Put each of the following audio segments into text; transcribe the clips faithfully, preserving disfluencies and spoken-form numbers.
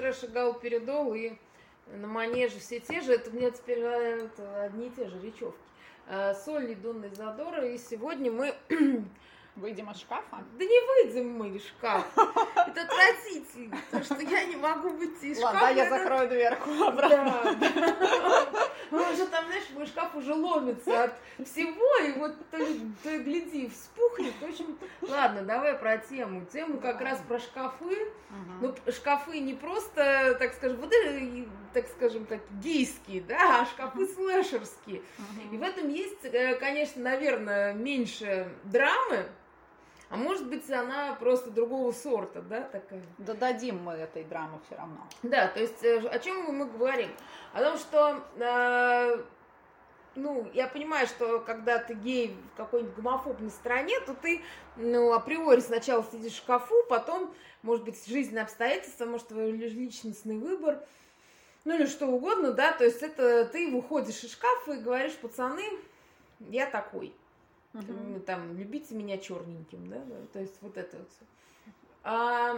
трэш и галоперидол, и на манеже все те же. Это у меня теперь это, одни и те же речевки. Соль, Донна и Задора. И сегодня мы... Выйдем из шкафа? Да не выйдем мы из шкафа. Это отвратительно, потому что я не могу выйти из шкафа. Ладно, я закрою дверку обратно. Да, да. Ну, уже там, знаешь, мой шкаф уже ломится от всего, и вот то, то и гляди, вспухнет. В общем, ладно, давай про тему. Тему как раз про шкафы. Угу. Ну, шкафы не просто, так скажем, вот, так скажем, как гейские, да, а шкафы слэшерские. Угу. И в этом есть, конечно, наверное, меньше драмы. А может быть, она просто другого сорта, да, такая? Да дадим мы этой драмы все равно. Да, то есть о чем мы говорим? О том, что, э, ну, я понимаю, что когда ты гей в какой-нибудь гомофобной стране, то ты, ну, априори сначала сидишь в шкафу, потом, может быть, жизненные обстоятельства, может, твой личностный выбор, ну, или что угодно, да, то есть это ты выходишь из шкафа и говоришь: пацаны, я такой. Uh-huh. Там, любите меня черненьким, да, да, то есть вот это вот все. А,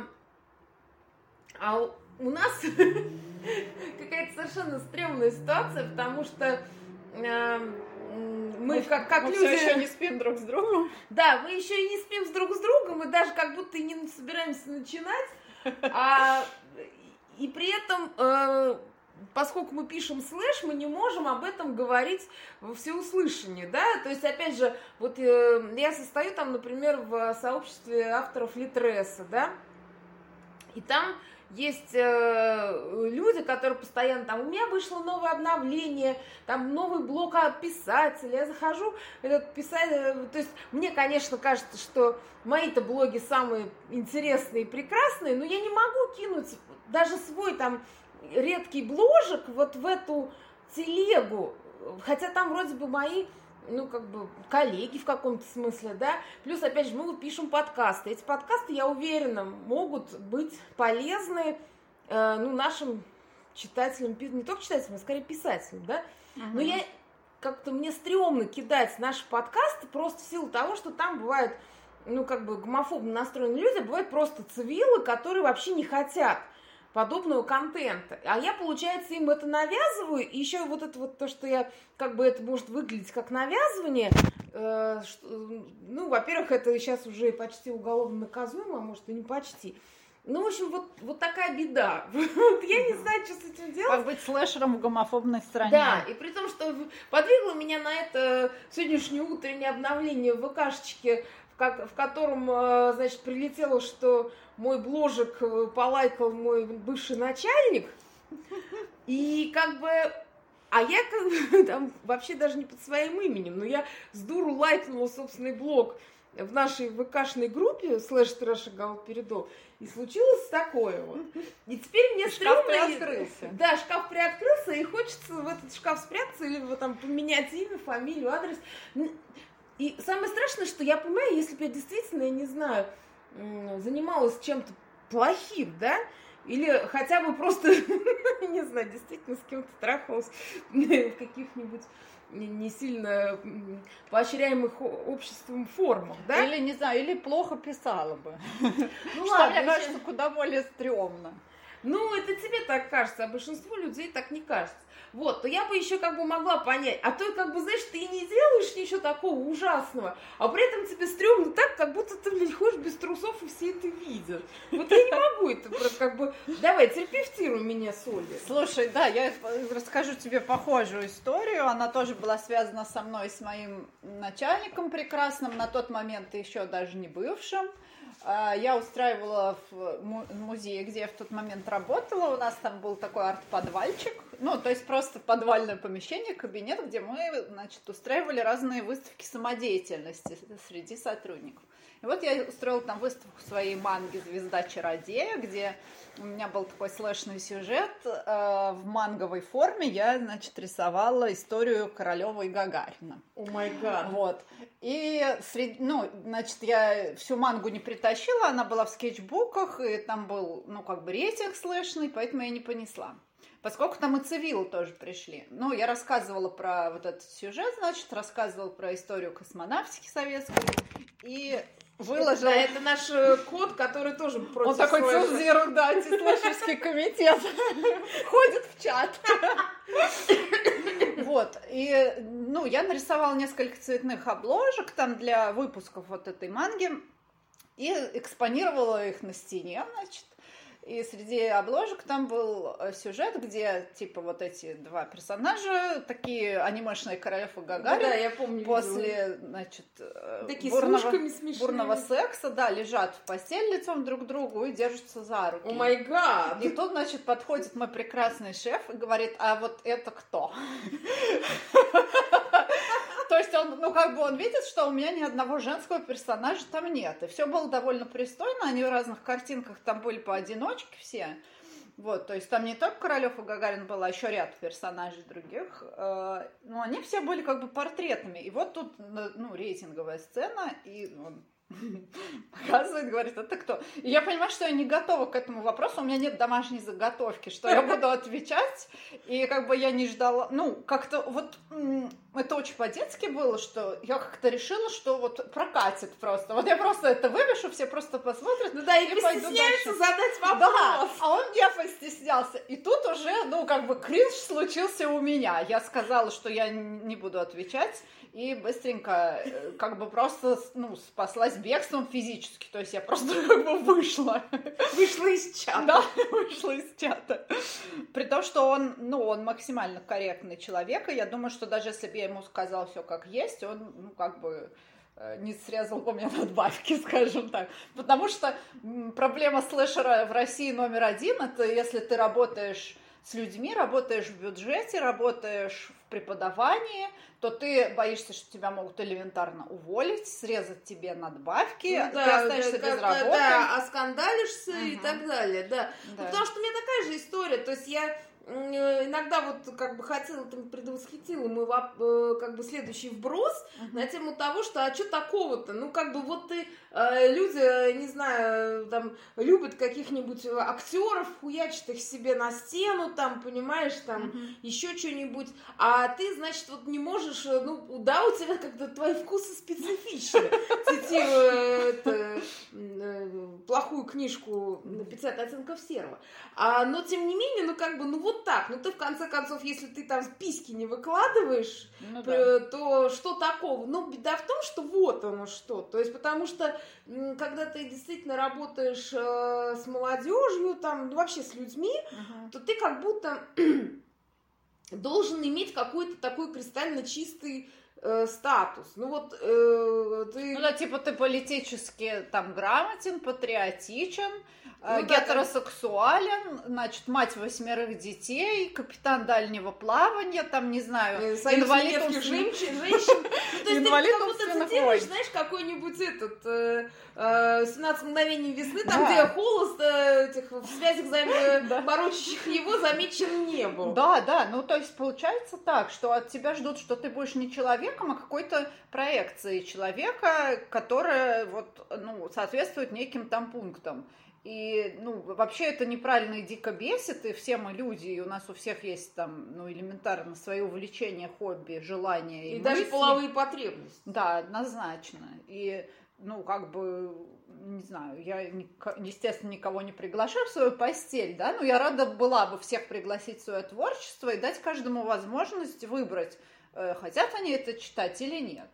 а у нас какая-то совершенно стрёмная ситуация, потому что а, мы как, как мы люди... все еще не спим друг с другом. Да, мы еще и не спим с друг с другом, и даже как будто и не собираемся начинать, а, и при этом... А, поскольку мы пишем слэш, мы не можем об этом говорить во всеуслышание, да, то есть, опять же, вот э, я состою там, например, в сообществе авторов Литреса, да, и там есть э, люди, которые постоянно там: у меня вышло новое обновление, там новый блог от писателя, я захожу, этот писатель, то есть, мне, конечно, кажется, что мои-то блоги самые интересные и прекрасные, но я не могу кинуть даже свой там редкий бложек вот в эту телегу, хотя там вроде бы мои, ну, как бы, коллеги в каком-то смысле, да, плюс, опять же, мы вот пишем подкасты, эти подкасты, я уверена, могут быть полезны, э, ну, нашим читателям, не только читателям, а скорее писателям, да, uh-huh. Но я, как-то мне стрёмно кидать наши подкасты просто в силу того, что там бывают, ну, как бы, гомофобно настроенные люди, бывают просто цивилы, которые вообще не хотят подобного контента. А я, получается, им это навязываю, и еще вот это вот то, что я, как бы, это может выглядеть как навязывание, э, что, ну, во-первых, это сейчас уже почти уголовно наказуемо, а может и не почти. Ну, в общем, вот, вот такая беда. Вот я не знаю, что с этим делать. Как быть слэшером в гомофобной стране. Да, и при том, что подвигло меня на это сегодняшнее утреннее обновление в ВКшечке, в котором, значит, прилетело, что мой бложек полайкал мой бывший начальник, и как бы, а я как бы там вообще даже не под своим именем, но я с дуру лайкнула собственный блог в нашей ВКшной группе слэш трэш и галоперидол, и случилось такое вот. И теперь мне стрёмно... Шкаф приоткрылся. Да, шкаф приоткрылся, и хочется в этот шкаф спрятаться или вот там поменять имя, фамилию, адрес. И самое страшное, что я понимаю, если бы я действительно, я не знаю, занималась чем-то плохим, да, или хотя бы просто, не знаю, действительно с кем-то трахалась в каких-нибудь не сильно поощряемых обществом формах, да? Или, не знаю, или плохо писала бы. Ну, что, ладно, мне кажется, куда более стрёмно. Ну, это тебе так кажется, а большинству людей так не кажется. Вот, то я бы еще как бы могла понять, а то, как бы, знаешь, ты и не делаешь ничего такого ужасного, а при этом тебе стрёмно так, как будто ты, блядь, ходишь без трусов и все это видят. Вот я не могу это, как бы, давай, терапевтируй меня, Соля. Слушай, да, я расскажу тебе похожую историю, она тоже была связана со мной, с моим начальником прекрасным, на тот момент еще даже не бывшим. Я устраивала в музее, где я в тот момент работала, у нас там был такой арт-подвальчик, ну, то есть просто подвальное помещение, кабинет, где мы, значит, устраивали разные выставки самодеятельности среди сотрудников. И вот я устроила там выставку своей манги «Звезда чародея», где у меня был такой слэшный сюжет. В манговой форме я, значит, рисовала историю Королёва и Гагарина. О май гад. Вот. И, среди, ну, значит, я всю мангу не притащила, она была в скетчбуках, и там был, ну, как бы рейтинг слэшный, поэтому я не понесла. Поскольку там и цивилы тоже пришли. Ну, я рассказывала про вот этот сюжет, значит, рассказывала про историю космонавтики советской. И выложил. Это, да, это наш э, кот, который тоже против Он такой слэша. цензиру, да, антислэшерский комитет ходит в чат. Вот, и, ну, я нарисовала несколько цветных обложек там для выпусков вот этой манги и экспонировала их на стене, значит. И среди обложек там был сюжет, где, типа, вот эти два персонажа, такие анимешные Королёв и Гагарин, да, да, я помню, после, видела. значит, такие бурного, смешными. бурного секса, да, лежат в постель лицом друг к другу и держатся за руки. О май гад! И тут, значит, подходит мой прекрасный шеф и говорит, а вот это кто? То есть он, ну, как бы он видит, что у меня ни одного женского персонажа там нет. И все было довольно пристойно, они в разных картинках там были поодиночке все. Вот, то есть там не только Королёв и Гагарин был, а еще ряд персонажей других. Но они все были как бы портретными. И вот тут, ну, рейтинговая сцена, и он показывает, говорит, это кто? И я понимаю, что я не готова к этому вопросу, у меня нет домашней заготовки, что я буду отвечать, и как бы я не ждала, ну, как-то вот это очень по-детски было, что я как-то решила, что вот прокатит просто, вот я просто это вывешу, все просто посмотрят, ну да, и, и постесняются задать вопрос. Да, а он не постеснялся, и тут уже, ну, как бы кринж случился у меня, я сказала, что я не буду отвечать, и быстренько как бы просто, ну, спаслась бегством физически. То есть я просто как бы вышла. Вышла из чата. Да, вышла из чата. При том, что он, ну, он максимально корректный человек, и я думаю, что даже если бы я ему сказала все как есть, он, ну, как бы не срезал бы мне надбавки, скажем так. Потому что проблема слэшера в России номер один, это если ты работаешь с людьми, работаешь в бюджете, работаешь в преподавании, то ты боишься, что тебя могут элементарно уволить, срезать тебе надбавки, ну, да, ты останешься да, без работы. Да, оскандалишься угу. и так далее, да. да. Ну, потому что у меня такая же история, то есть я иногда вот как бы хотела, там, предвосхитила мой как бы следующий вброс uh-huh. на тему того, что а что такого-то? Ну, как бы вот ты, люди, не знаю, там, любят каких-нибудь актеров, хуячат их себе на стену, там, понимаешь, там, uh-huh. еще что-нибудь, а ты, значит, вот не можешь, ну, да, у тебя как-то твои вкусы специфичны, цитируя плохую книжку на пятьдесят оттенков серого. А, но, тем не менее, ну, как бы, ну, вот так. Ну, ты, в конце концов, если ты там письки не выкладываешь, ну, да. то что такого? Ну, беда в том, что вот оно что. То есть, потому что, когда ты действительно работаешь э, с молодежью, там, ну, вообще с людьми, uh-huh. то ты как будто должен иметь какой-то такой кристально чистый э, статус. Ну вот э, ты... Ну да, типа ты политически там грамотен, патриотичен, ну, гетеросексуален, да, значит, мать восьмерых детей, капитан дальнего плавания, там, не знаю, Союз инвалид немецких женщин. женщин. То есть инвалид ты как будто цитируешь, знаешь, какой-нибудь этот э, э, семнадцать мгновений весны, там, да. где холост э, этих в связях да. порочащих его замечен не был. Да, да, ну то есть получается так, что от тебя ждут, что ты будешь не человеком, а какой-то проекцией человека, которая вот, ну, соответствует неким там пунктам. И, ну, вообще это неправильно и дико бесит, и все мы люди, и у нас у всех есть там, ну, элементарно свои увлечения, хобби, желания. И, и мысли. Даже половые потребности. Да, однозначно. И, ну, как бы, не знаю, я, естественно, никого не приглашаю в свою постель, да, но я рада была бы всех пригласить в свое творчество и дать каждому возможность выбрать, хотят они это читать или нет.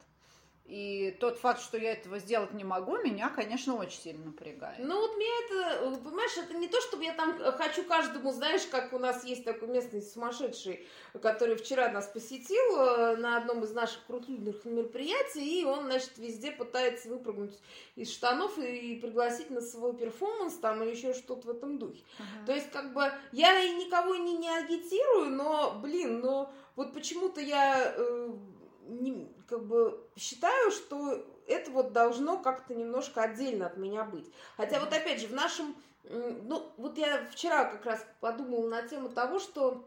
И тот факт, что я этого сделать не могу, меня, конечно, очень сильно напрягает. Ну вот меня это, понимаешь, это не то, чтобы я там хочу каждому, знаешь, как у нас есть такой местный сумасшедший, который вчера нас посетил на одном из наших крутых мероприятий, и он, значит, везде пытается выпрыгнуть из штанов и пригласить на свой перформанс там или еще что-то в этом духе. Uh-huh. То есть, как бы, я и никого не, не агитирую, но, блин, ну вот почему-то я... Э, Не, как бы считаю, что это вот должно как-то немножко отдельно от меня быть. Хотя mm-hmm. вот опять же в нашем... Ну, вот я вчера как раз подумала на тему того, что...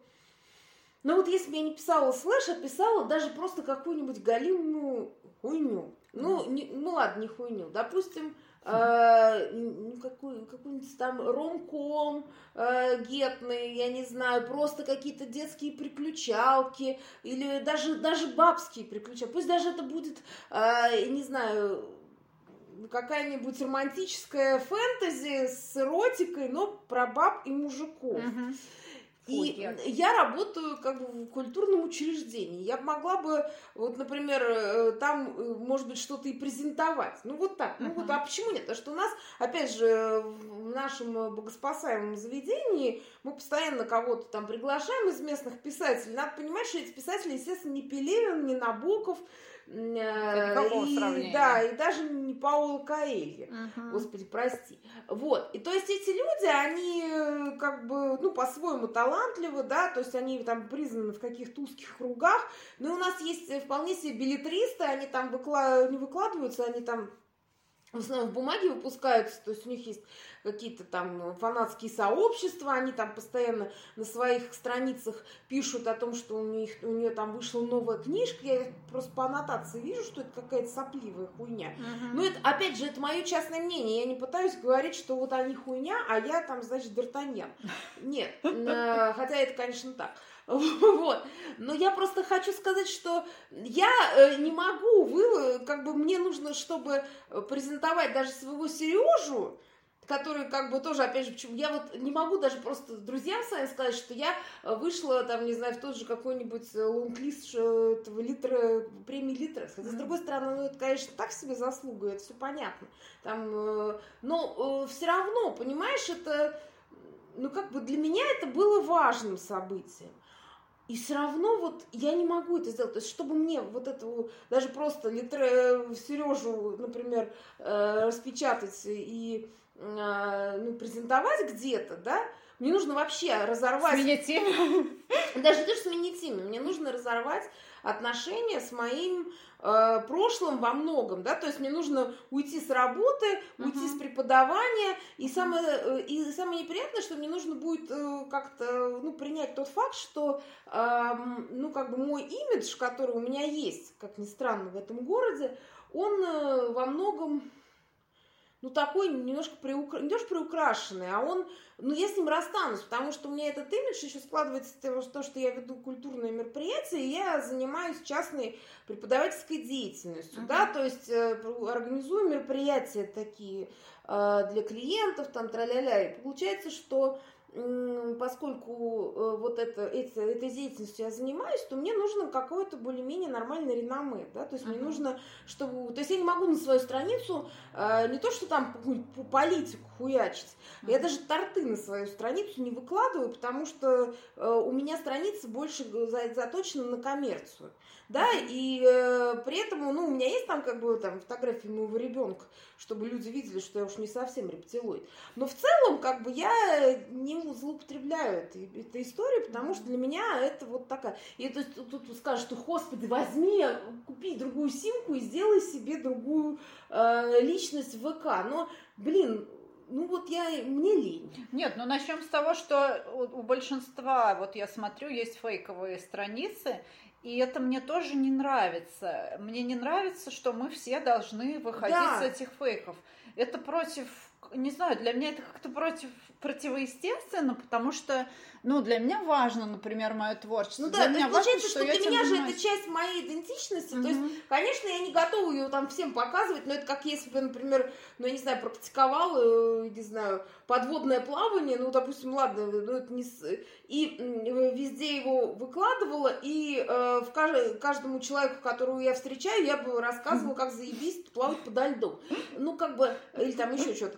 Ну вот если бы я не писала слэш, а писала даже просто какую-нибудь галимую хуйню. Mm-hmm. Ну, не, ну ладно, не хуйню. Допустим, э, ну, какой, какой-нибудь там ромком э, гетный, я не знаю, просто какие-то детские приключалки или даже, даже бабские приключалки. Пусть даже это будет, э, не знаю, какая-нибудь романтическая фэнтези с эротикой, но про баб и мужиков. Мгм. И Фу, нет. я работаю как бы в культурном учреждении. Я могла бы, вот, например, э, там, э, может быть, что-то и презентовать. Ну, вот так. Ну, вот, Мгм. а почему нет? Потому что у нас, опять же, в нашем богоспасаемом заведении мы постоянно кого-то там приглашаем из местных писателей. Надо понимать, что эти писатели, естественно, не Пелевин, не Набоков, никакого и, сравнения. да, и даже не Пауло Коэльо. Мгм. Господи, прости. Вот. И то есть эти люди, они э, как бы, ну, по-своему талантливы, да, то есть они там признаны в каких-то узких кругах. Но у нас есть вполне себе беллетристы, они там выкла... не выкладываются, они там в основном в бумаге выпускаются, то есть у них есть какие-то там фанатские сообщества, они там постоянно на своих страницах пишут о том, что у них у нее там вышла новая книжка, я просто по аннотации вижу, что это какая-то сопливая хуйня. Мгм. Но это, опять же, это мое частное мнение, я не пытаюсь говорить, что вот они хуйня, а я там, значит, Д'Артаньян. Нет, э, хотя это, конечно, так. Вот. Но я просто хочу сказать, что я э, не могу, вы, как бы мне нужно, чтобы презентовать даже своего Сережу, который как бы тоже, опять же, почему я вот не могу даже просто друзьям своим сказать, что я вышла там, не знаю, в тот же какой-нибудь лонг-лист этого литра, премии Литра. Хотя, с другой стороны, ну, это, конечно, так себе заслуга, это все понятно. Там, э, но э, все равно, понимаешь, это, ну, как бы для меня это было важным событием. И все равно вот я не могу это сделать. То есть, чтобы мне вот эту, даже просто литре, Сережу, например, э, распечатать и э, ну, презентовать где-то, да, мне нужно вообще разорвать... Сменить тему. Даже не то, что сменить имя, мне нужно разорвать отношения с моим э, прошлым во многом, да, то есть мне нужно уйти с работы, уйти Мгм. с преподавания, и самое, э, и самое неприятное, что мне нужно будет э, как-то, ну, принять тот факт, что, э, ну, как бы мой имидж, который у меня есть, как ни странно, в этом городе, он э, во многом, ну, такой немножко приукра... не то, что приукрашенный, а он, ну, я с ним расстанусь, потому что у меня этот имидж еще складывается из того, что что я веду культурные мероприятия, и я занимаюсь частной преподавательской деятельностью, uh-huh. да, то есть э, организую мероприятия такие э, для клиентов, там, тра-ля-ля, и получается, что поскольку э, вот это, это, этой деятельностью я занимаюсь, то мне нужно какое-то более-менее нормальное реноме, да, то есть uh-huh. мне нужно, чтобы, то есть я не могу на свою страницу э, не то, что там по политику хуячить, uh-huh. я даже торты на свою страницу не выкладываю, потому что э, у меня страница больше заточена на коммерцию, да, uh-huh. и э, при этом, ну, у меня есть там как бы там фотографии моего ребенка, чтобы люди видели, что я уж не совсем рептилоид, но в целом как бы я не злоупотребляю этой, этой историей, потому mm-hmm. что для меня это вот такая. И то есть тут, тут скажут, что, господи, возьми, купи другую симку и сделай себе другую э, личность в ВК. Но, блин, ну вот я, мне лень. Нет, ну начнем с того, что у, у большинства, вот я смотрю, есть фейковые страницы, и это мне тоже не нравится. Мне не нравится, что мы все должны выходить да. с этих фейков. Это против, не знаю, для меня это как-то против, противоестественно, потому что, ну, для меня важно, например, мое творчество. Ну да, для меня получается, важно, что, что для меня занимаюсь. же это часть моей идентичности, Mm-hmm. то есть, конечно, я не готова ее там всем показывать, но это как если бы, например, ну, я не знаю, практиковала, не знаю, подводное плавание, ну, допустим, ладно, ну, это не... И везде его выкладывала, и э, в кажд... каждому человеку, которого я встречаю, я бы рассказывала, как заебись плавать подо льдом. Ну, как бы, или там еще что-то.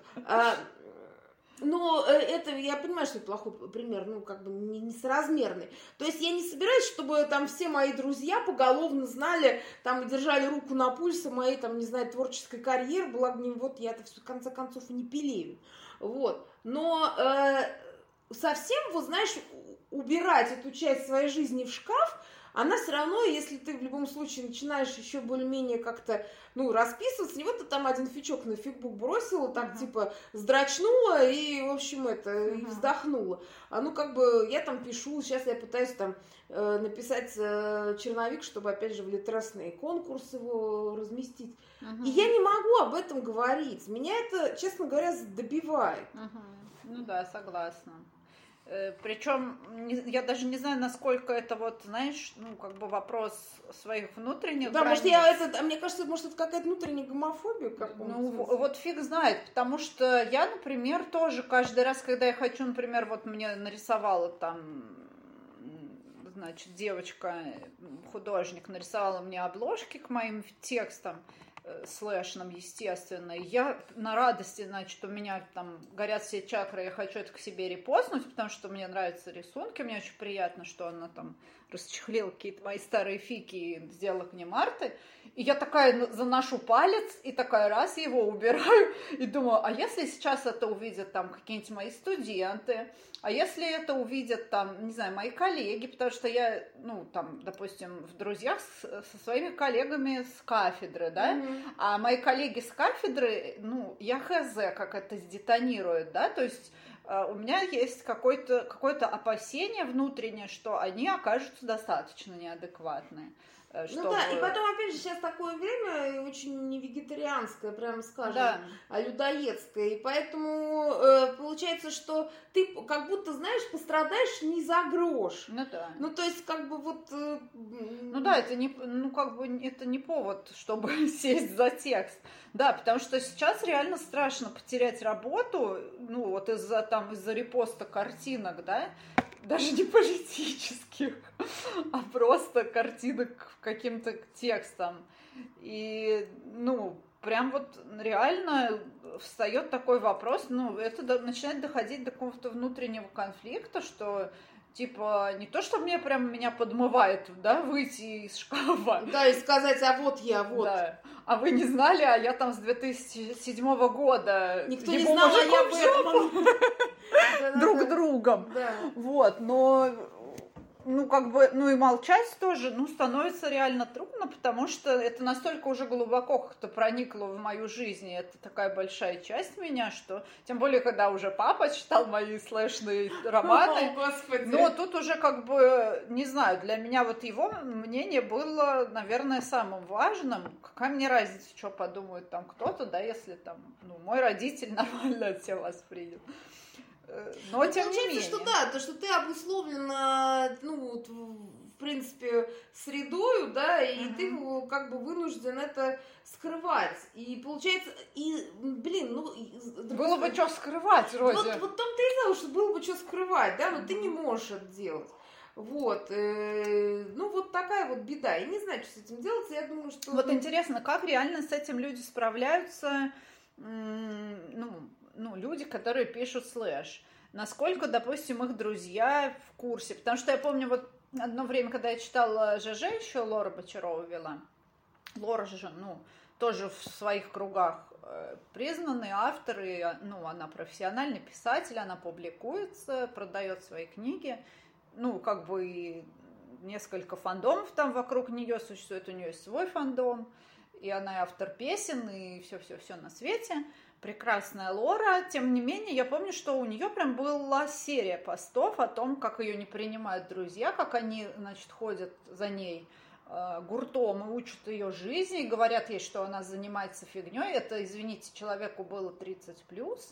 Но это, я понимаю, что это плохой пример, ну, как бы не, несоразмерный. То есть я не собираюсь, чтобы там все мои друзья поголовно знали, там, и держали руку на пульсе моей, там, не знаю, творческой карьеры, благо, не, вот, я-то, в конце концов, не Пелевин. Вот. Но э, совсем, вот, знаешь, убирать эту часть своей жизни в шкаф, она все равно, если ты в любом случае начинаешь еще более-менее как-то, ну, расписываться, не вот ты там один фичок на фигбук бросила, так, uh-huh. типа, сдрачнула и, в общем, это, uh-huh. и вздохнула. А ну, как бы, я там пишу, сейчас я пытаюсь там э, написать э, черновик, чтобы, опять же, в литературный конкурс его разместить. Uh-huh. И я не могу об этом говорить. Меня это, честно говоря, добивает. Uh-huh. Ну да, согласна. Причем я даже не знаю, насколько это вот, знаешь, ну, как бы вопрос своих внутренних Да, границ. может, я это, а мне кажется, может, это какая-то внутренняя гомофобия. Ну, вот фиг знает, потому что я, например, тоже каждый раз, когда я хочу, например, вот мне нарисовала там, значит, девочка, художник, нарисовала мне обложки к моим текстам, слэшном, естественно. И я на радости, значит, у меня там горят все чакры, я хочу это к себе репостнуть, потому что мне нравятся рисунки, мне очень приятно, что она там расчехлила какие-то мои старые фики и сделала к ним арты. И я такая заношу палец, и такая раз его убираю, и думаю, а если сейчас это увидят там какие-нибудь мои студенты, а если это увидят там, не знаю, мои коллеги, потому что я, ну, там, допустим, в друзьях с, со своими коллегами с кафедры, да, mm-hmm. а мои коллеги с кафедры, ну, я хз, как это сдетонирует, да, то есть у меня есть какое-то, какое-то опасение внутреннее, что они окажутся достаточно неадекватные. Чтобы... Ну да, и потом, опять же, сейчас такое время очень не вегетарианское, прямо скажем, да. а людоедское. И поэтому э, получается, что ты как будто, знаешь, пострадаешь не за грош. Ну да. Ну то есть, как бы вот... Э... Ну да, это не, ну, как бы, это не повод, чтобы сесть за текст. Да, потому что сейчас реально страшно потерять работу, ну вот из-за там, из-за репоста картинок, да, даже не политических, а просто картинок к каким-то текстам. И, ну, прям вот реально встает такой вопрос, ну, это до, начинает доходить до какого-то внутреннего конфликта, что, типа, не то, что мне прям меня подмывает, да, выйти из шкафа. Да, и сказать, а вот я, вот. Да. А вы не знали, а я там с две тысячи седьмого года. Никто не знал, а я в этом. Друг другом. Да. Вот, но, ну, как бы, ну и молчать тоже, ну, становится реально трудно, потому что это настолько уже глубоко как-то проникло в мою жизнь, и это такая большая часть меня, что, тем более, когда уже папа читал мои слэшные романы, О, Господи. но тут уже как бы, не знаю, для меня вот его мнение было, наверное, самым важным. Какая мне разница, что подумает там кто-то, да, если там, ну, мой родитель нормально это все воспринял. Но, ну, тем получается, не менее. что да, то, что ты обусловлена, ну, вот, в принципе, средою, да, и uh-huh. ты как бы вынужден это скрывать. И получается, и, блин, ну... Было бы что скрывать, Розе. Вот, вот там-то и знала, что было бы что скрывать, да, но uh-huh. ты не можешь это делать. Вот, э, ну вот такая вот беда. Я не знаю, что с этим делать, я думаю, что... Вот интересно, как реально с этим люди справляются, ну... ну, люди, которые пишут слэш. Насколько, допустим, их друзья в курсе. Потому что я помню, вот одно время, когда я читала ЖЖ, еще Лора Бочарова вела. Лора же, ну, тоже в своих кругах признанный автор, и, ну, она профессиональный писатель, она публикуется, продает свои книги. Ну, как бы и несколько фандомов там вокруг нее существует, у нее есть свой фандом, и она и автор песен, и все-все-все на свете. Прекрасная Лора. Тем не менее, я помню, что у нее прям была серия постов о том, как ее не принимают друзья, как они, значит, ходят за ней э, гуртом и учат ее жизни, и говорят ей, что она занимается фигней. Это, извините, человеку было тридцать плюс.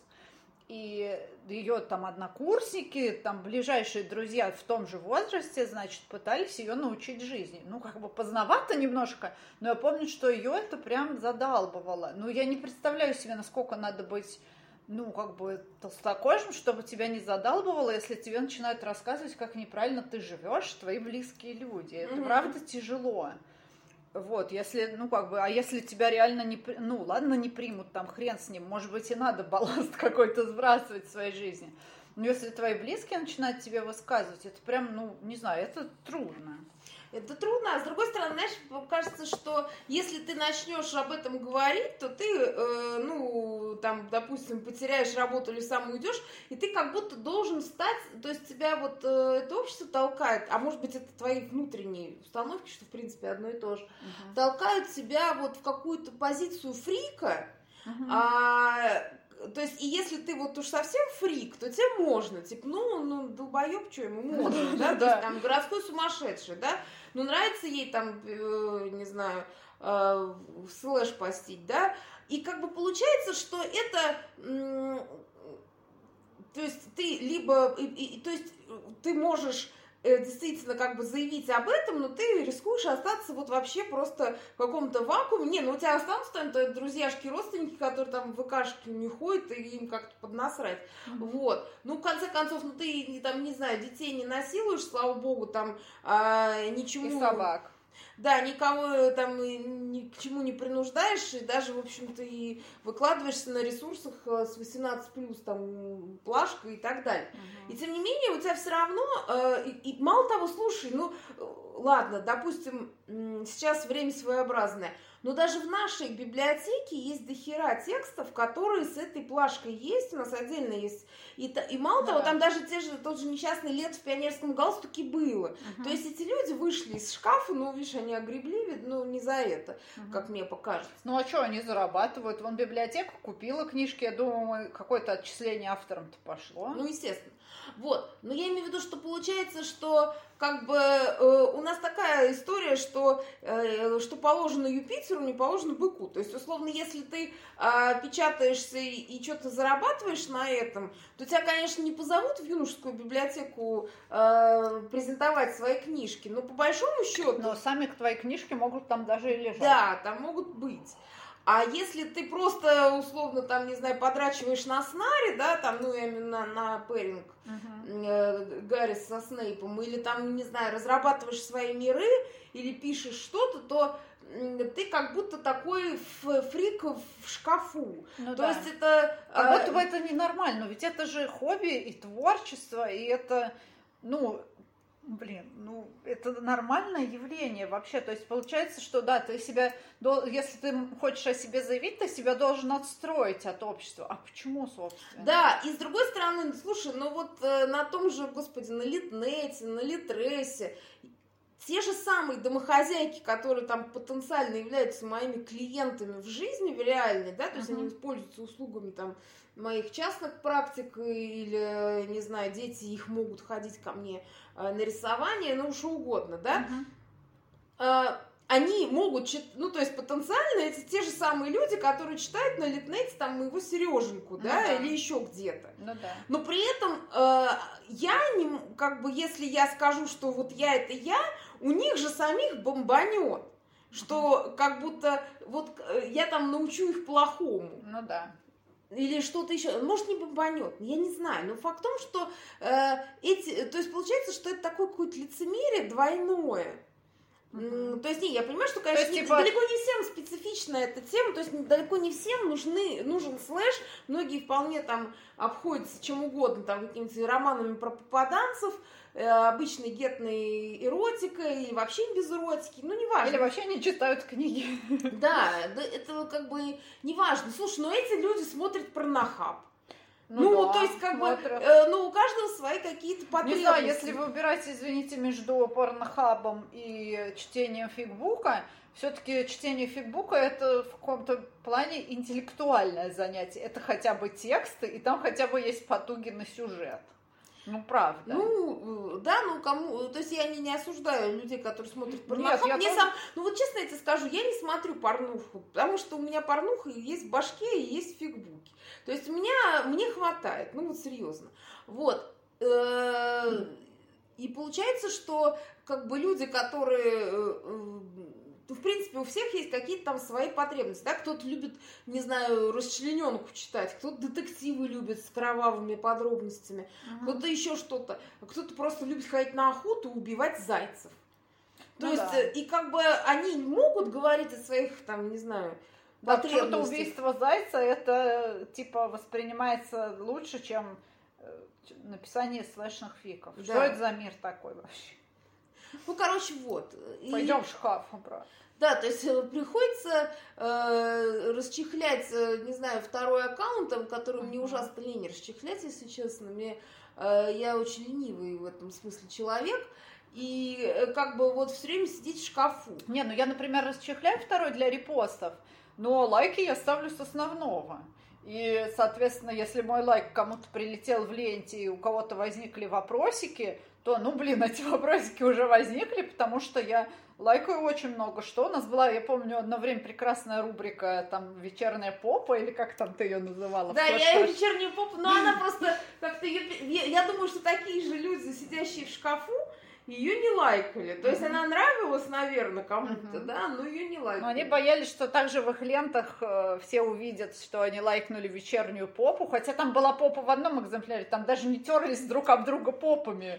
И ее там однокурсники, там ближайшие друзья в том же возрасте, значит, пытались ее научить жизни. Ну, как бы поздновато немножко, но я помню, что ее это прям задалбывало. Ну, я не представляю себе, насколько надо быть, ну, как бы толстокожим, чтобы тебя не задалбывало, если тебе начинают рассказывать, как неправильно ты живешь, твои близкие люди. Это, mm-hmm. правда, тяжело. Вот, если, ну, как бы, а если тебя реально не, ну, ладно, не примут, там, хрен с ним, может быть, и надо балласт какой-то сбрасывать в своей жизни. Но если твои близкие начинают тебе высказывать, это прям, ну, не знаю, это трудно. Это трудно, а с другой стороны, знаешь, кажется, что если ты начнешь об этом говорить, то ты, э, ну, там, допустим, потеряешь работу или сам уйдешь, и ты как будто должен стать, то есть тебя вот э, это общество толкает, а может быть, это твои внутренние установки, что, в принципе, одно и то же, uh-huh. толкают тебя вот в какую-то позицию фрика, uh-huh. а... То есть, и если ты вот уж совсем фрик, то тебе можно, типа, ну, ну, долбоеб, что ему можно, да, то есть, там, городской сумасшедший, да, ну, нравится ей там, э, не знаю, э, слэш постить, да, и как бы получается, что это, э, то есть ты либо, и, и, то есть ты можешь действительно как бы заявить об этом, но ты рискуешь остаться вот вообще просто в каком-то вакууме. Не, ну у тебя останутся там твои друзьяшки, родственники, которые там в ВКшке не ходят, и им как-то поднасрать. Mm-hmm. Вот. Ну, в конце концов, ну ты там, не знаю, детей не насилуешь, слава богу, там а, ничему... И собак. Да, никого там ни к чему не принуждаешь, и даже, в общем-то, и выкладываешься на ресурсах с восемнадцать плюс, там, плашка и так далее. Uh-huh. И тем не менее, у тебя все равно, э, и, и мало того, слушай, ну, ладно, допустим, сейчас время своеобразное, но даже в нашей библиотеке есть дохера текстов, которые с этой плашкой есть, у нас отдельно есть. И, и мало да. того, там даже те же, тот же несчастный Лет в пионерском галстуке было. Uh-huh. То есть эти люди вышли из шкафа, ну, видишь, они огребли, ну, не за это, uh-huh. как мне покажется. Ну, а что они зарабатывают? Вон библиотека купила книжки, я думаю, какое-то отчисление авторам-то пошло. Ну, естественно. Вот, но я имею в виду, что получается, что как бы э, у нас такая история, что, э, что положено Юпитеру, не положено быку. То есть, условно, если ты э, печатаешься и, и что-то зарабатываешь на этом, то тебя, конечно, не позовут в юношескую библиотеку э, презентовать свои книжки, но по большому счету... Но сами твои книжки могут там даже и лежать. Да, там могут быть. А если ты просто, условно, там, не знаю, подрачиваешь на снаре, да, там, ну, именно на пэринг uh-huh. э, Гарри со Снейпом, или там, не знаю, разрабатываешь свои миры, или пишешь что-то, то э, ты как будто такой фрик в шкафу. Ну, то да. есть это... Как э, будто бы это ненормально, ведь это же хобби и творчество, и это, ну... Блин, ну, это нормальное явление вообще. То есть получается, что да, ты себя, если ты хочешь о себе заявить, ты себя должен отстроить от общества. А почему, собственно? Да, и с другой стороны, слушай, ну вот э, на том же, господи, на Литнете, на Литресе, те же самые домохозяйки, которые там потенциально являются моими клиентами в жизни, в реальной, да, то есть uh-huh. они пользуются услугами там моих частных практик, или, не знаю, дети их могут ходить ко мне на рисование, ну, что угодно, да, uh-huh. они могут, чит... ну, то есть потенциально это те же самые люди, которые читают на Литнете там моего Сереженьку, да, ну, да. или еще где-то. Ну, да. Но при этом э, я, не, как бы, если я скажу, что вот я это я, у них же самих бомбанет, что uh-huh. как будто вот я там научу их плохому. Ну, да. Или что-то еще, может, не бомбанет, я не знаю, но факт в том, что э, эти, то есть получается, что это такое какое-то лицемерие двойное. Mm-hmm. То есть, не, я понимаю, что, конечно, есть, не, типа... далеко не всем специфична эта тема, то есть далеко не всем нужны, нужен слэш, многие вполне там обходятся чем угодно, там какими-то романами про попаданцев, э, обычной гетной эротикой, или вообще без эротики, ну, неважно. Или вообще не читают книги. Да, это как бы неважно. Слушай, но эти люди смотрят порнохаб. Ну, ну да, то есть, как смотрят. бы, э, ну, у каждого свои какие-то потребности. Не знаю, если выбирать, извините, между порнохабом и чтением фигбука, все-таки чтение фигбука это в каком-то плане интеллектуальное занятие. Это хотя бы тексты, и там хотя бы есть потуги на сюжет. Ну, правда. Ну, да, ну, кому... То есть я не, не осуждаю людей, которые смотрят порнохаб. Нет, я Мне тоже... сам... Ну, вот честно я тебе скажу, я не смотрю порнуху, потому что у меня порнуха есть в башке и есть в фигбуке. То есть у меня... Мне хватает, ну, вот серьезно. Вот. И получается, что как бы люди, которые... В принципе, у всех есть какие-то там свои потребности, да, кто-то любит, не знаю, расчлененку читать, кто-то детективы любит с кровавыми подробностями, uh-huh. кто-то еще что-то, кто-то просто любит ходить на охоту и убивать зайцев. То ну есть, да. и как бы они могут говорить о своих, там, не знаю, да, почему-то убийство зайца, это, типа, воспринимается лучше, чем написание слэшных фиков. Да. Что это за мир такой вообще? Ну, короче, вот. Пойдем и... в шкаф, брат. Да, то есть приходится э, расчехлять, не знаю, второй аккаунт, который uh-huh. мне ужасно лень расчехлять, если честно. Мне, э, я очень ленивый в этом смысле человек. И э, как бы вот все время сидеть в шкафу. Не, ну я, например, расчехляю второй для репостов, но лайки я ставлю с основного. И, соответственно, если мой лайк кому-то прилетел в ленте и у кого-то возникли вопросики, то, ну, блин, эти вопросики уже возникли, потому что я лайкаю очень много что. У нас была, я помню, одно время прекрасная рубрика, там, «Вечерняя попа», или как там ты ее называла? Да, я ее «Вечернюю попу», но она просто как-то... Я, я думаю, что такие же люди, сидящие в шкафу, ее не лайкали. То есть mm-hmm. она нравилась, наверное, кому-то, mm-hmm. да, но ее не лайкали. Но они боялись, что также в их лентах э, все увидят, что они лайкнули «Вечернюю попу», хотя там была попа в одном экземпляре, там даже не терлись друг об друга попами,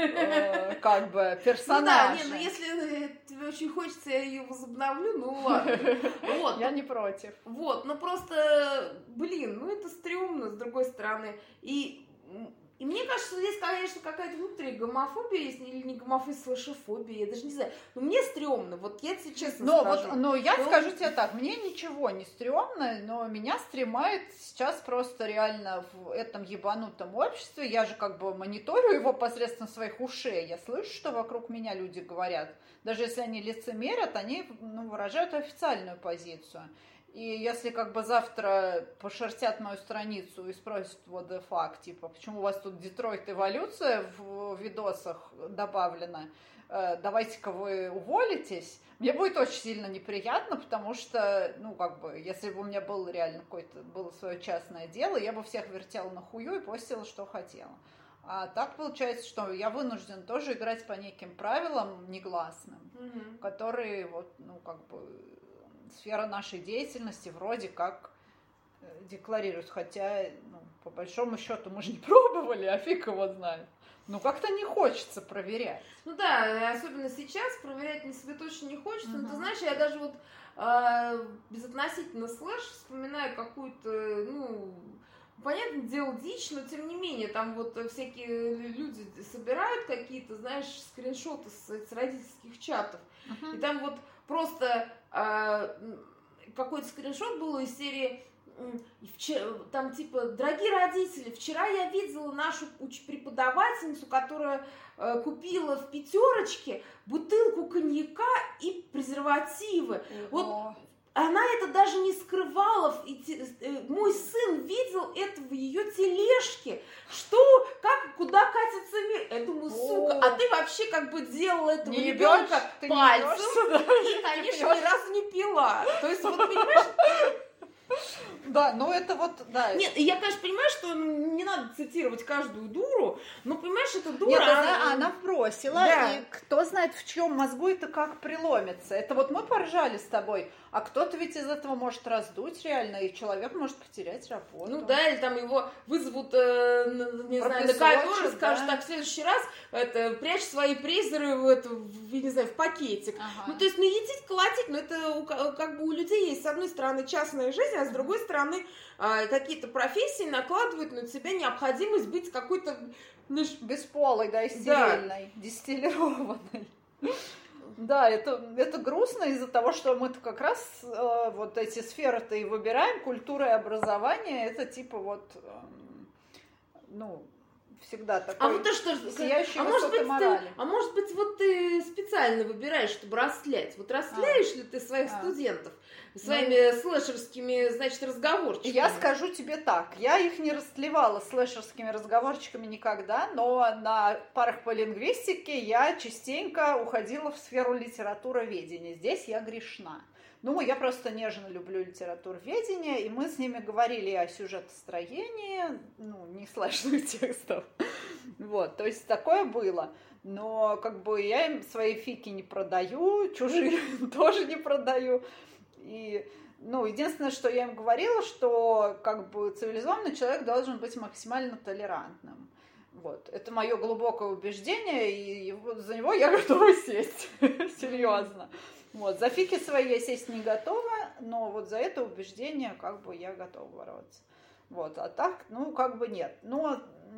э, как бы, персонажи. Ну да, не, ну если тебе очень хочется, я ее возобновлю, ну ладно. Вот. Я не против. Вот, ну просто, блин, ну это стрёмно, с другой стороны. И... И мне кажется, здесь, конечно, какая-то внутренняя гомофобия есть, или не гомофобия, слэшофобия, я даже не знаю. Но мне стрёмно, вот я тебе честно но скажу. Вот, но я но... скажу тебе так, мне ничего не стрёмно, но меня стремает сейчас просто реально в этом ебанутом обществе. Я же как бы мониторю его посредством своих ушей. Я слышу, что вокруг меня люди говорят. Даже если они лицемерят, они, ну, выражают официальную позицию. И если как бы завтра пошерстят мою страницу и спросят what the fuck, типа, почему у вас тут Детройт эволюция в видосах добавлена, э, давайте-ка вы уволитесь, мне будет очень сильно неприятно, потому что, ну, как бы, если бы у меня был реально какое-то, было свое частное дело, я бы всех вертела на хую и постила, что хотела. А так получается, что я вынуждена тоже играть по неким правилам негласным, mm-hmm. которые вот, ну, как бы... сфера нашей деятельности вроде как декларирует, хотя, ну, по большому счету мы же не пробовали, а фиг его знает. Ну, как-то не хочется проверять. Ну да, особенно сейчас проверять мне себе точно не хочется. Uh-huh. Но ты знаешь, я даже вот э, безотносительно слэш вспоминаю какую-то, ну, понятное дело, дичь, но тем не менее, там вот всякие люди собирают какие-то, знаешь, скриншоты с, с родительских чатов. Uh-huh. И там вот просто э, какой-то скриншот был из серии, вчера, там типа, дорогие родители, вчера я видела нашу преподавательницу, которая э, купила в пятерочке бутылку коньяка и презервативы. Uh-huh. Вот она это даже не скрывала, и те, э, мой сын видел это в ее тележке, что, как, куда катится мир. Я думаю, сука, а ты вообще как бы делала этого не ребенка ебёшь, пальцем, да? и, конечно, ни разу не пила. То есть, вот, понимаешь... Да, ну это вот, да. Нет, я, конечно, понимаю, что не надо цитировать каждую дуру, но, понимаешь, эта дура... Нет, она, она, она вбросила, да. И кто знает, в чьем мозгу это как преломится. Это вот мы поржали с тобой, а кто-то ведь из этого может раздуть реально, и человек может потерять работу. Ну да, или там его вызовут, э, не знаю, на ковер и скажут, да. Так, в следующий раз это, прячь свои презеры в, это, в, не знаю, в пакетик. Ага. Ну, то есть, ну, едить, колотить, но это у, как бы у людей есть, с одной стороны, частная жизнь, а с другой стороны, э, какие-то профессии накладывают на себя необходимость быть какой-то... Ну, бесполой, да, и стерильной, да. Дистиллированной. Да, это, это грустно из-за того, что мы-то как раз э, вот эти сферы-то и выбираем, культура и образование, это типа вот, э, ну, всегда такой а вот ты что, сияющий а может быть, морали. Ты, а может быть, вот ты специально выбираешь, чтобы растлять? Вот расстляешь а. ли ты своих а. студентов своими ну, слэшерскими, значит, разговорчиками? Я скажу тебе так, я их не растлевала слэшерскими разговорчиками никогда, но на парах по лингвистике я частенько уходила в сферу литературоведения. Здесь я грешна. Ну, я просто нежно люблю литературоведение, и мы с ними говорили о сюжетостроении, ну, не слэшных текстов. Вот, то есть такое было. Но как бы я им свои фики не продаю, чужие тоже не продаю. И, ну, единственное, что я им говорила, что как бы цивилизованный человек должен быть максимально толерантным. Вот. Это мое глубокое убеждение, и его, за него я готова сесть. Серьезно. Вот. За фики свои я сесть не готова, но вот за это убеждение как бы я готова бороться. Вот. А так, ну, как бы нет. Но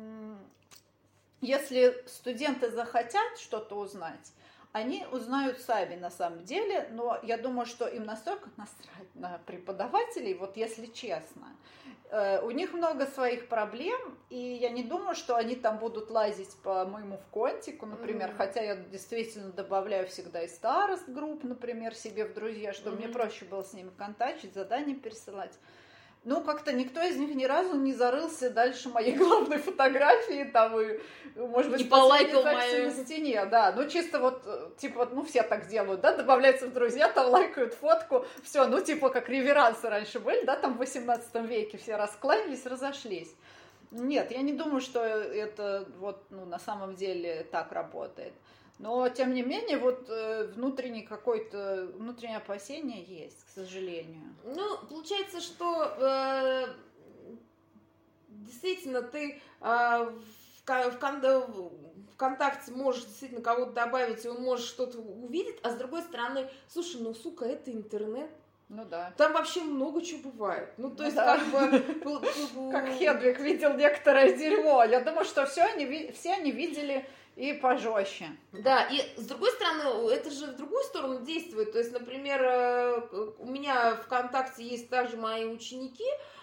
если студенты захотят что-то узнать, они узнают сами на самом деле, но я думаю, что им настолько насрать на преподавателей, вот если честно. У них много своих проблем, и я не думаю, что они там будут лазить по моему вконтику, например, mm-hmm. хотя я действительно добавляю всегда и старост групп, например, себе в друзья, чтобы mm-hmm. мне проще было с ними контактить, задания пересылать. Ну, как-то никто из них ни разу не зарылся дальше моей главной фотографии, там, и, может быть, и полайкал мою на стене, да. Ну, чисто вот, типа, ну, все так делают, да, добавляются в друзья, там, лайкают фотку, все, ну, типа, как реверансы раньше были, да, там, в восемнадцатом веке все раскланялись, разошлись. Нет, я не думаю, что это вот, ну, на самом деле так работает. Но, тем не менее, вот э, внутренний какой-то, внутреннее опасение есть, к сожалению. Ну, получается, что э, действительно ты э, в, в, в ВКонтакте можешь действительно кого-то добавить, и он может что-то увидеть, а с другой стороны, слушай, ну, сука, это интернет. Ну да. Там вообще много чего бывает. Ну, то ну, есть, да. как бы... Как Хедвиг видел некоторое дерьмо. Я думаю, что все они, все они видели... И пожестче. Да, и с другой стороны, это же в другую сторону действует. То есть, например, у меня ВКонтакте есть также мои ученики,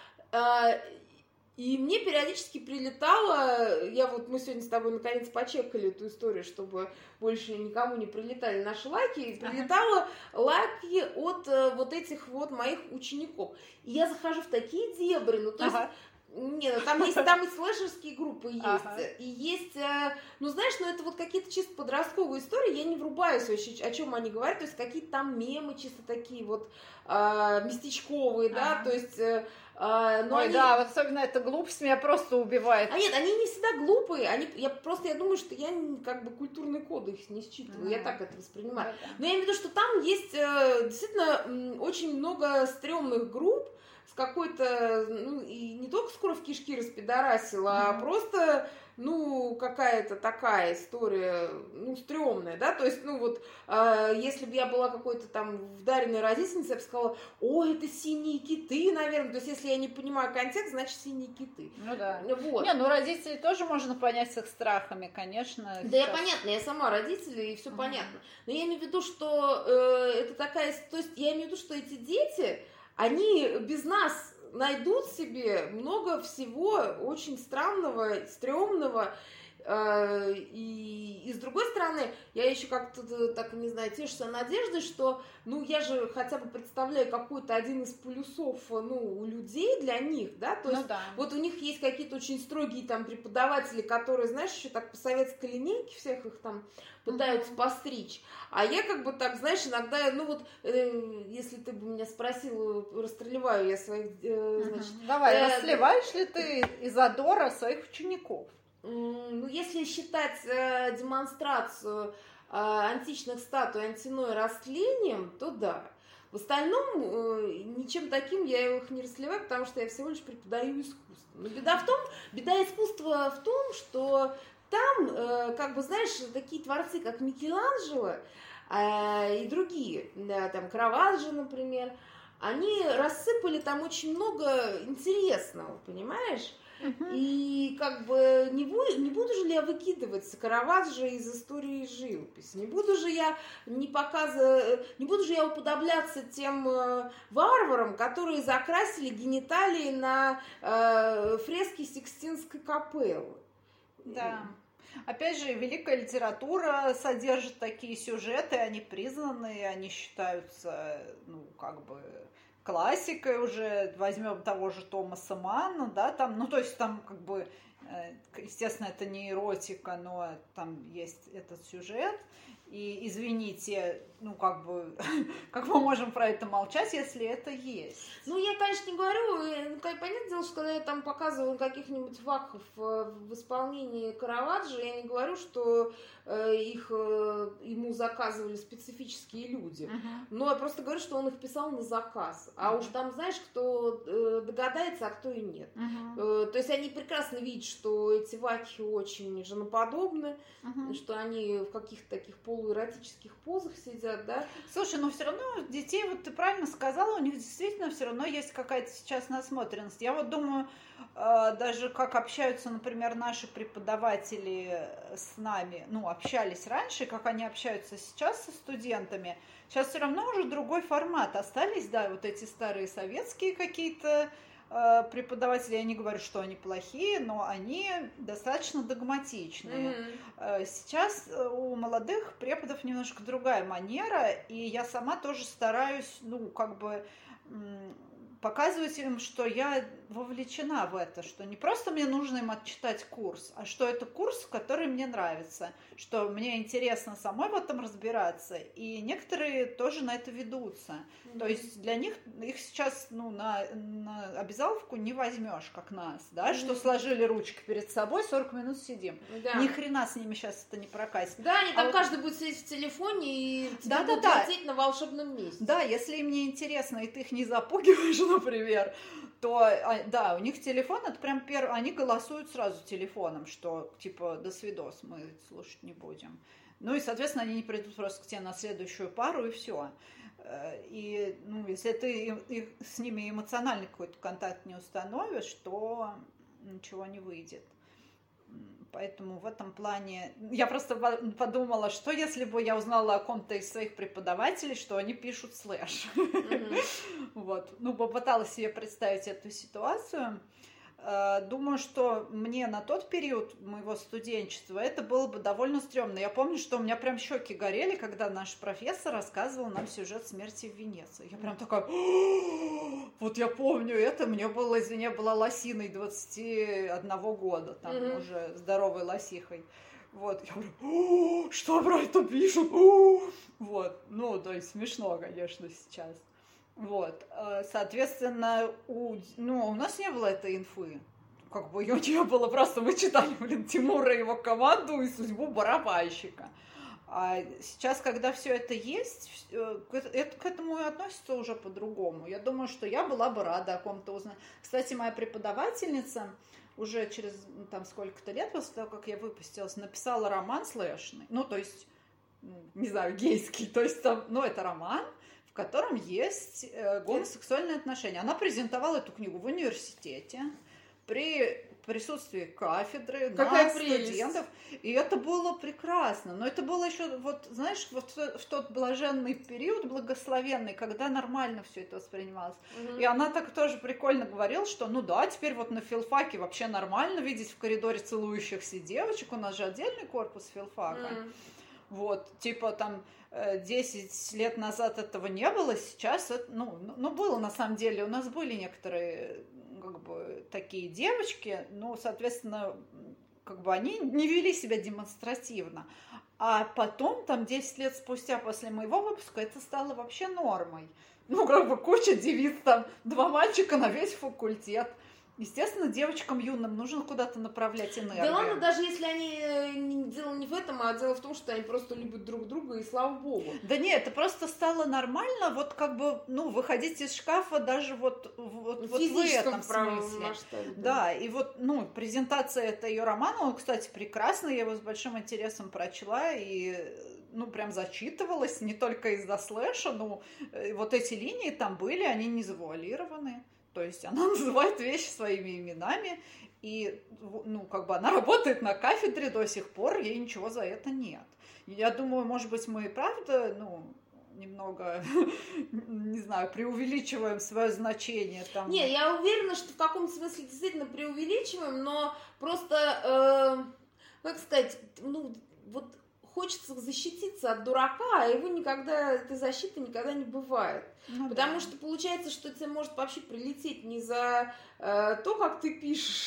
и мне периодически прилетало, я вот, мы сегодня с тобой наконец почекали эту историю, чтобы больше никому не прилетали наши лайки, и прилетало ага. лайки от вот этих вот моих учеников. И я захожу в такие дебри, ну то ага. есть... Нет, там есть, там и слэшерские группы есть, ага. и есть, ну знаешь, ну это вот какие-то чисто подростковые истории, я не врубаюсь вообще, о чем они говорят, то есть какие-то там мемы чисто такие вот э, местечковые, ага. да, то есть... Э, но Ой, они... да, вот особенно эта глупость меня просто убивает. А нет, они не всегда глупые, они, я просто, я думаю, что я как бы культурные коды их не считываю, ага. я так это воспринимаю. Да, да. Но я имею в виду, что там есть э, действительно очень много стрёмных групп, с какой-то, ну, и не только скоро в кишки распидорасила, mm-hmm. а просто, ну, какая-то такая история, ну, стрёмная, да, то есть, ну, вот, э, если бы я была какой-то там вдаренной родительницей, я бы сказала, о, это синие киты, наверное, то есть, если я не понимаю контекст, значит, синие киты. Ну, да. Вот. Не, ну, родителей тоже можно понять с их страхами, конечно. Да, сейчас... я понятно, я сама родитель, и все mm-hmm. понятно, но я имею в виду, что э, это такая, то есть, я имею в виду, что эти дети... Они без нас найдут себе много всего очень странного, стрёмного. И, и с другой стороны, я еще как-то, так не знаю, тешусь надеждой, что, ну, я же хотя бы представляю какой-то один из полюсов, ну, у людей для них, да, то есть ну, да. вот у них есть какие-то очень строгие там преподаватели, которые, знаешь, еще так по советской линейке всех их там пытаются uh-huh. постричь, а я как бы так, знаешь, иногда, ну вот, э, если ты бы меня спросила, расстреливаю я своих, э, значит... Uh-huh. Давай, э, расстреливаешь ли ты из задора своих учеников? Ну, если считать э, демонстрацию э, античных статуй антиной растлением, то да. В остальном, э, ничем таким я их не расливаю, потому что я всего лишь преподаю искусство. Но беда в том, беда искусства в том, что там, э, как бы, знаешь, такие творцы, как Микеланджело э, и другие, да, там, Караваджо, например, они рассыпали там очень много интересного, понимаешь? Uh-huh. И как бы не, бу- не буду же ли я выкидывать Караваджо из истории живописи, не буду же я не показывать, не буду же я уподобляться тем э, варварам, которые закрасили гениталии на э, фрески Сикстинской капеллы. Да. Опять же, великая литература содержит такие сюжеты, они признаны, они считаются, ну, как бы... классикой уже, возьмем того же Томаса Манна, да, там, ну, то есть там как бы, естественно, это не эротика, но там есть этот сюжет, и, извините, ну, как бы, как мы можем про это молчать, если это есть? Ну, я, конечно, не говорю, ну, понятное дело, что когда я там показываю каких-нибудь вакхов в исполнении Караваджо, я не говорю, что э, их э, ему заказывали специфические люди, uh-huh. но я просто говорю, что он их писал на заказ, а uh-huh. уж там, знаешь, кто э, догадается, а кто и нет. Uh-huh. Э, то есть они прекрасно видят, что эти вакхи очень женоподобны, uh-huh. что они в каких-то таких полуэротических позах сидят, да? Слушай, но все равно детей, вот ты правильно сказала, у них действительно все равно есть какая-то сейчас насмотренность. Я вот думаю, даже как общаются, например, наши преподаватели с нами, ну, общались раньше, как они общаются сейчас со студентами, сейчас все равно уже другой формат. Остались, да, вот эти старые советские какие-то преподаватели, я не говорю, что они плохие, но они достаточно догматичные. Mm-hmm. Сейчас у молодых преподов немножко другая манера, и я сама тоже стараюсь, ну, как бы показывать им, что я вовлечена в это, что не просто мне нужно им отчитать курс, а что это курс, который мне нравится, что мне интересно самой в этом разбираться, и некоторые тоже на это ведутся. Mm-hmm. То есть для них, их сейчас ну, на, на обязаловку не возьмешь, как нас, да, mm-hmm. что сложили ручки перед собой, сорок минут сидим. Да. Ни хрена с ними сейчас это не прокатит. Да, они там а каждый вот... будет сидеть в телефоне и да, будут да, лететь на волшебном месте. Да, если им не интересно, и ты их не запугиваешь, например, то, да, у них телефон, это прям первый, они голосуют сразу телефоном, что, типа, до свидос, мы слушать не будем. Ну и, соответственно, они не придут просто к тебе на следующую пару, и все. И, ну, если ты их, их, с ними эмоциональный какой-то контакт не установишь, то ничего не выйдет. Поэтому в этом плане я просто подумала, что если бы я узнала о ком-то из своих преподавателей, что они пишут слэш. Mm-hmm. Вот. Ну, попыталась себе представить эту ситуацию. Думаю, что мне на тот период моего студенчества это было бы довольно стрёмно. Я помню, что у меня прям щеки горели, когда наш профессор рассказывал нам сюжет «Смерти в Венеции». Я прям такая, вот я помню это, мне было, извини, была лосиной двадцати одного года, там mm-hmm. уже здоровой лосихой. Вот, я говорю, что про это пишут? Вот, ну, то есть смешно, конечно, сейчас. Вот, соответственно, у, ну, у нас не было этой инфы, как бы ее не было, просто мы читали, блин, Тимура и его команду и судьбу барабанщика. А сейчас, когда все это есть, это, к этому и относится уже по-другому. Я думаю, что я была бы рада о ком-то узнать. Кстати, моя преподавательница уже через там сколько-то лет после того, как я выпустилась, написала роман слэшный, ну, то есть, не знаю, гейский, то есть там, ну, это роман, в котором есть э, гомосексуальные отношения. Она презентовала эту книгу в университете при присутствии кафедры, Какая нас, студентов. И это было прекрасно. Но это было еще, вот, знаешь, вот в, в тот блаженный период, благословенный, когда нормально все это воспринималось. Mm-hmm. И она так тоже прикольно говорила, что ну да, теперь вот на филфаке вообще нормально видеть в коридоре целующихся девочек. У нас же отдельный корпус филфака. Mm-hmm. Вот, типа там десять лет назад этого не было, сейчас это, ну, ну, было на самом деле, у нас были некоторые, как бы, такие девочки, ну, соответственно, как бы они не вели себя демонстративно, а потом, там, десять лет спустя после моего выпуска это стало вообще нормой, ну, как бы, куча девиц, там, два мальчика на весь факультет. Естественно, девочкам юным нужно куда-то направлять энергию. Да ладно, даже если они, дело не в этом, а дело в том, что они просто любят друг друга, и слава богу. Да нет, это просто стало нормально, вот как бы, ну, выходить из шкафа даже вот, вот, вот в этом смысле. Масштабе, да. Да, и вот, ну, презентация это ее романа, он, кстати, прекрасный, я его с большим интересом прочла, и... ну, прям зачитывалась, не только из-за слэша, ну, вот эти линии там были, они не завуалированы. То есть она называет вещи своими именами, и, ну, как бы она работает на кафедре до сих пор, ей ничего за это нет. Я думаю, может быть, мы и правда, ну, немного, не знаю, преувеличиваем свое значение там. Не, я уверена, что в каком-то смысле действительно преувеличиваем, но просто, э, как сказать, ну, вот хочется защититься от дурака, а его никогда, этой защиты никогда не бывает. Ну, потому да. что получается, что тебе может вообще прилететь не за э, то, как ты пишешь,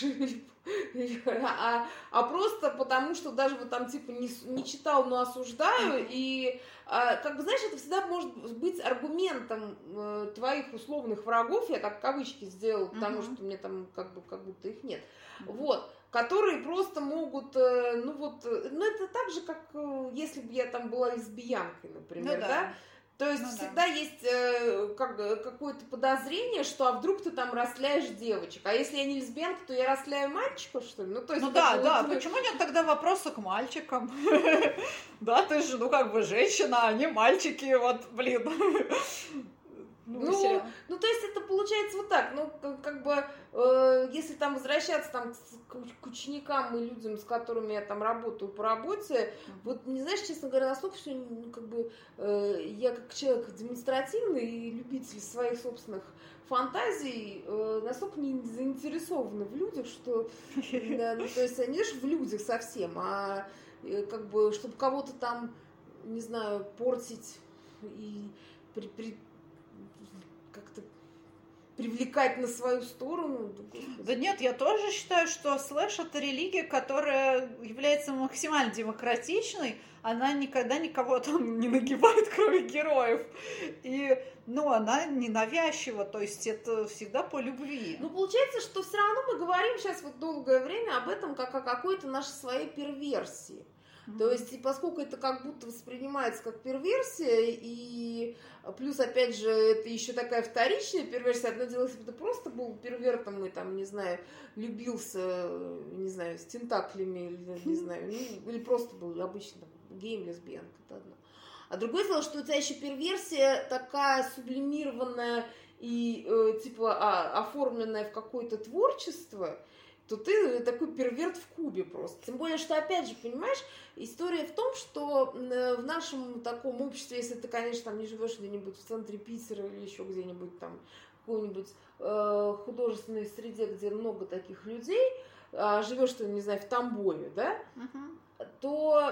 а, а просто потому, что даже вот там типа не, не читал, но осуждаю. И э, как бы, знаешь, это всегда может быть аргументом э, твоих условных врагов, я так кавычки сделала, потому uh-huh. что мне там как бы как будто их нет. Uh-huh. Вот. Которые просто могут, ну вот, ну это так же, как если бы я там была лесбиянкой, например, ну, да. да? То есть ну, всегда да. есть э, как, какое-то подозрение, что а вдруг ты там расстляешь девочек. А если я не лесбиянка, то я расстляю мальчиков, что ли? Ну, то есть, ну да, да. Вот... Почему нет тогда вопроса к мальчикам? Да, ты же, ну как бы женщина, а не мальчики, вот, блин. Ну, ну, ну, то есть это получается получается вот так, ну, как, как бы, э, если там возвращаться там, к, к ученикам и людям, с которыми я там работаю по работе, вот, не знаешь, честно говоря, настолько, что, ну, как бы, э, я как человек демонстративный и любитель своих собственных фантазий, э, настолько не заинтересованы в людях, что, э, ну, то есть, не в людях совсем, а э, как бы, чтобы кого-то там, не знаю, портить и при, при, как-то привлекать на свою сторону. Да нет, я тоже считаю, что слэш — это религия, которая является максимально демократичной. Она никогда никого там не нагибает, кроме героев. И, ну, она не навязчива, то есть это всегда по любви. Ну, получается, что все равно мы говорим сейчас вот долгое время об этом как о какой-то нашей своей перверсии. Mm-hmm. То есть, и поскольку это как будто воспринимается как перверсия, и плюс, опять же, это еще такая вторичная перверсия. Одно дело, если бы ты просто был первертом и, там, не знаю, любился, не знаю, с тентаклями, или, не знаю, ну, или просто был обычно геем, лесбиянка, это одно. А другое дело, что у тебя еще перверсия такая сублимированная и, э, типа, а, оформленная в какое-то творчество, то ты такой перверт в кубе просто. Тем более, что, опять же, понимаешь, история в том, что в нашем таком обществе, если ты, конечно, там не живешь где-нибудь в центре Питера или еще где-нибудь там, в какой-нибудь э, художественной среде, где много таких людей, а живешь ты, не знаю, в Тамбове, да, uh-huh. то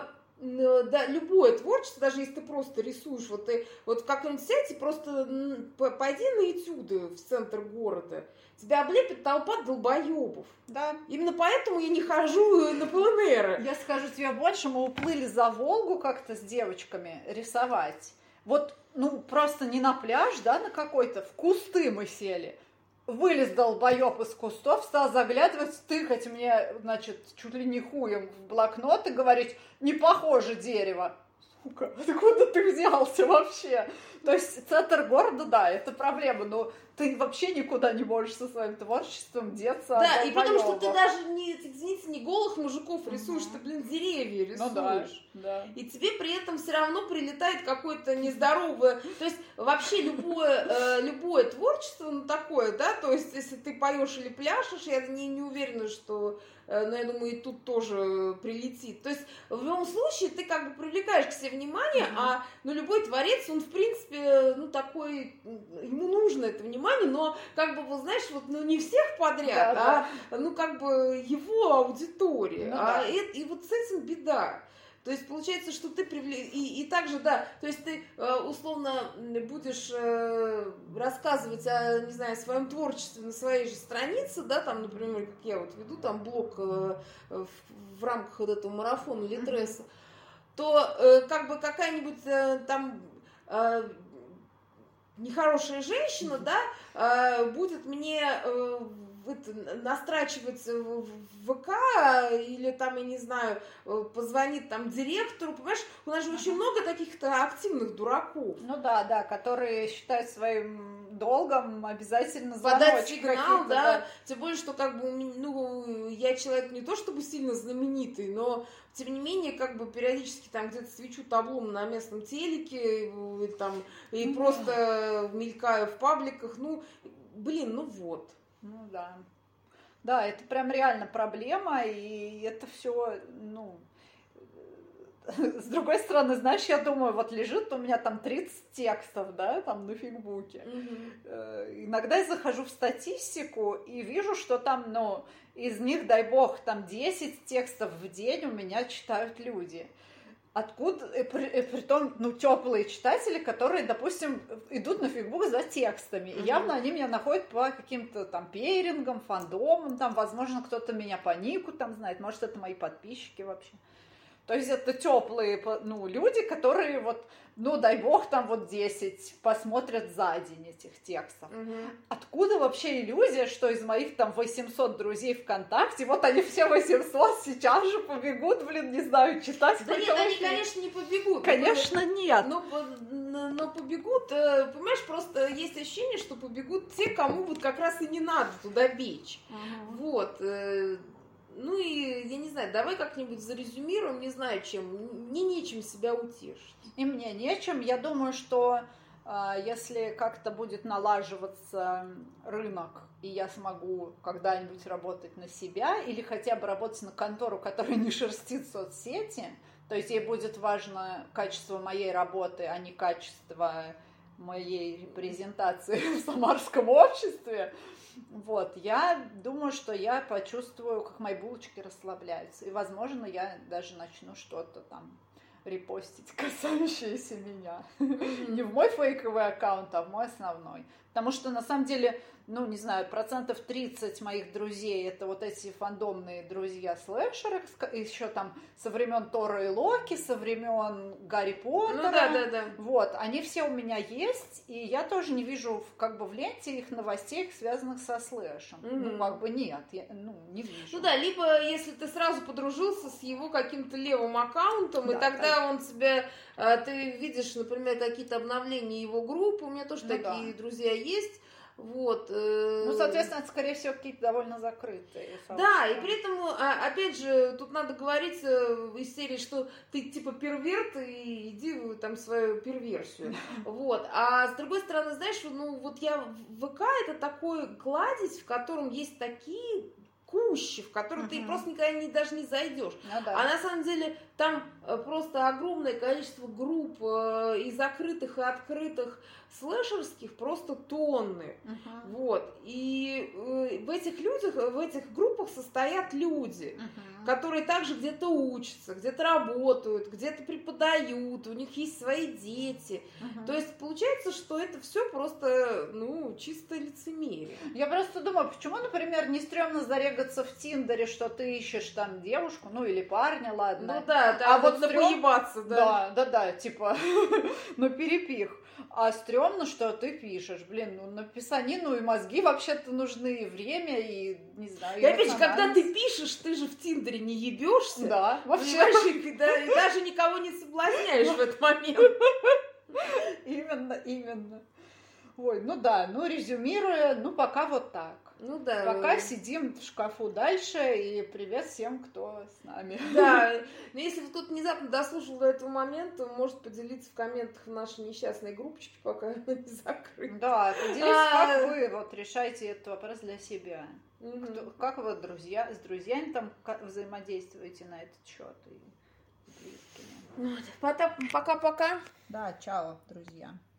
да, любое творчество, даже если ты просто рисуешь, вот ты вот в каком-нибудь сете просто пойди на этюды в центр города, тебя облепит толпа долбоебов. Да. Именно поэтому я не хожу на пленэры. Я скажу тебе больше, мы уплыли за Волгу как-то с девочками рисовать. Вот, ну, просто не на пляж, да, на какой-то, в кусты мы сели. Вылез долбоеб из кустов, стал заглядывать, тыкать мне, значит, чуть ли не хуем в блокнот и говорить: не похоже дерево. Сука, откуда ты взялся вообще? То есть центр города, да, это проблема, но ты вообще никуда не можешь со своим творчеством деться. Да, и потому что ты даже, не, извините, не голых мужиков рисуешь, uh-huh. ты, блин, деревья рисуешь. Ну, да, да. И тебе при этом все равно прилетает какое-то нездоровое... То есть вообще любое, э, любое творчество, ну, такое, да, то есть если ты поешь или пляшешь, я не, не уверена, что... Но я думаю, и тут тоже прилетит. То есть в любом случае ты как бы привлекаешь к себе внимание, mm-hmm. а ну, любой творец, он в принципе, ну такой, ему нужно это внимание, но как бы, вы знаешь, вот ну не всех подряд, да, а да. ну как бы его аудитория. Ну, а да. это, и вот с этим беда. То есть получается, что ты привлек... И, и также, да, то есть ты условно будешь рассказывать о, не знаю, о своем творчестве на своей же странице, да, там, например, как я вот веду там блог в, в рамках вот этого марафона Литреса, то как бы какая-нибудь там нехорошая женщина, да, будет мне... настрачивать в ВК или там, я не знаю, позвонит там директору, понимаешь, у нас же очень много таких-то активных дураков. Ну да, да, которые считают своим долгом обязательно подать сигнал, да, да, тем более, что как бы, ну, я человек не то чтобы сильно знаменитый, но тем не менее, как бы периодически там где-то свечу таблом на местном телеке, и, там, и mm-hmm. просто мелькаю в пабликах, ну, блин, ну вот. Ну да. Да, это прям реально проблема, и это все, ну, с другой стороны, знаешь, я думаю, вот лежит у меня там тридцать текстов, да, там на фейсбуке. Mm-hmm. Иногда я захожу в статистику и вижу, что там, ну, из них, дай бог, там десять текстов в день у меня читают люди. Откуда, и при, и при том, ну, теплые читатели, которые, допустим, идут на Фейсбук за текстами. И mm-hmm. явно они меня находят по каким-то там пейрингам, фандомам, там, возможно, кто-то меня по нику там знает, может, это мои подписчики вообще. То есть это теплые, ну, люди, которые вот, ну, дай бог, там вот десять посмотрят за день этих текстов. Угу. Откуда вообще иллюзия, что из моих там восемьсот друзей ВКонтакте, вот они все восемьсот сейчас же побегут, блин, не знаю, читать. Да нет, они, конечно, не побегут. Конечно, нет. Но, но побегут, понимаешь, просто есть ощущение, что побегут те, кому вот как раз и не надо туда бечь. Угу. Вот. Ну и, я не знаю, давай как-нибудь зарезюмируем, не знаю чем, мне нечем себя утешить. И мне нечем, я думаю, что Если как-то будет налаживаться рынок, и я смогу когда-нибудь работать на себя, или хотя бы работать на контору, которая не шерстит соцсети, то есть ей будет важно качество моей работы, а не качество моей репрезентации в самарском обществе, вот, я думаю, что я почувствую, как мои булочки расслабляются, и, возможно, я даже начну что-то там репостить, касающиеся меня. Не в мой фейковый аккаунт, а в мой основной. Потому что, на самом деле, ну, не знаю, процентов тридцать моих друзей — это вот эти фандомные друзья-слэшеры, еще там со времен Тора и Локи, со времен Гарри Поттера. Ну да, да, да. Вот, они все у меня есть, и я тоже не вижу как бы в ленте их новостей, связанных со слэшем. Mm-hmm. Ну, как бы нет, я, ну, не вижу. Ну да, либо если ты сразу подружился с его каким-то левым аккаунтом, да, и тогда да. он тебя, ты видишь, например, какие-то обновления его группы, у меня тоже ну, такие да. друзья есть. Вот. Ну, соответственно, это, скорее всего, какие-то довольно закрытые. Да, и при этом, опять же, тут надо говорить из серии, что ты типа перверт, и иди там свою перверсию. Вот. А с другой стороны, знаешь, ну вот я в ВК — это такой кладезь, в котором есть такие кущи, в которые uh-huh. ты просто никогда не, даже не зайдешь. Ну, да. А на самом деле там просто огромное количество групп и закрытых, и открытых слэшерских, просто тонны. Uh-huh. Вот. И в этих людях, в этих группах состоят люди, uh-huh. которые также где-то учатся, где-то работают, где-то преподают, у них есть свои дети. Uh-huh. То есть получается, что это все просто, ну, чисто лицемерие. Я просто думаю, почему, например, не стрёмно зарегаться в Тиндере, что ты ищешь там девушку, ну или парня, ладно. Ну да, да, а вот стрём... поебаться, да. Да, да, да, типа, ну перепих. А стрёмно, что ты пишешь. Блин, ну на писанину и мозги вообще-то нужны, и время, и, не знаю, и опять же, когда ты пишешь, ты же в Тиндере не ебешься. Да, вообще. И, да, и даже никого не соблазняешь в этот момент. Именно, именно. Ой, ну да, ну резюмируя, ну пока вот так. Ну да. Пока сидим в шкафу дальше, и привет всем, кто с нами. Да, но если вы тут внезапно дослушал до этого момента, может поделиться в комментах в нашей несчастной группочке, пока она не закрыта. Да, поделитесь, как вы вот решаете этот вопрос для себя. Угу. Кто, как вы, друзья, с друзьями там взаимодействуете на этот счет? И близкими. Вот. Пока-пока. Да, чао, друзья.